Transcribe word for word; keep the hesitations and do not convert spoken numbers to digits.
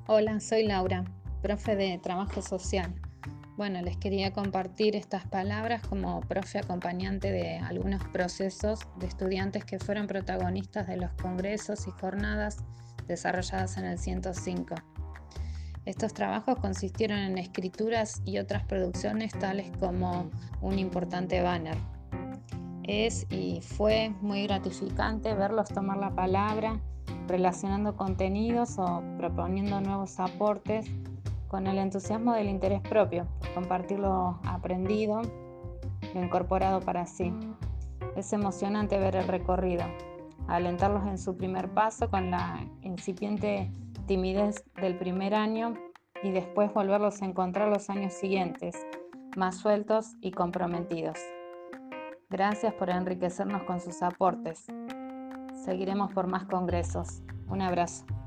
Hola, soy Laura, profe de Trabajo Social. Bueno, les quería compartir estas palabras como profe acompañante de algunos procesos de estudiantes que fueron protagonistas de los congresos y jornadas desarrolladas en el ciento cinco. Estos trabajos consistieron en escrituras y otras producciones tales como un importante banner. Es y fue muy gratificante verlos tomar la palabra, relacionando contenidos o proponiendo nuevos aportes con el entusiasmo del interés propio, por compartir lo aprendido, lo incorporado para sí. Es emocionante ver el recorrido, alentarlos en su primer paso con la incipiente timidez del primer año y después volverlos a encontrar los años siguientes, más sueltos y comprometidos. Gracias por enriquecernos con sus aportes. Seguiremos por más congresos. Un abrazo.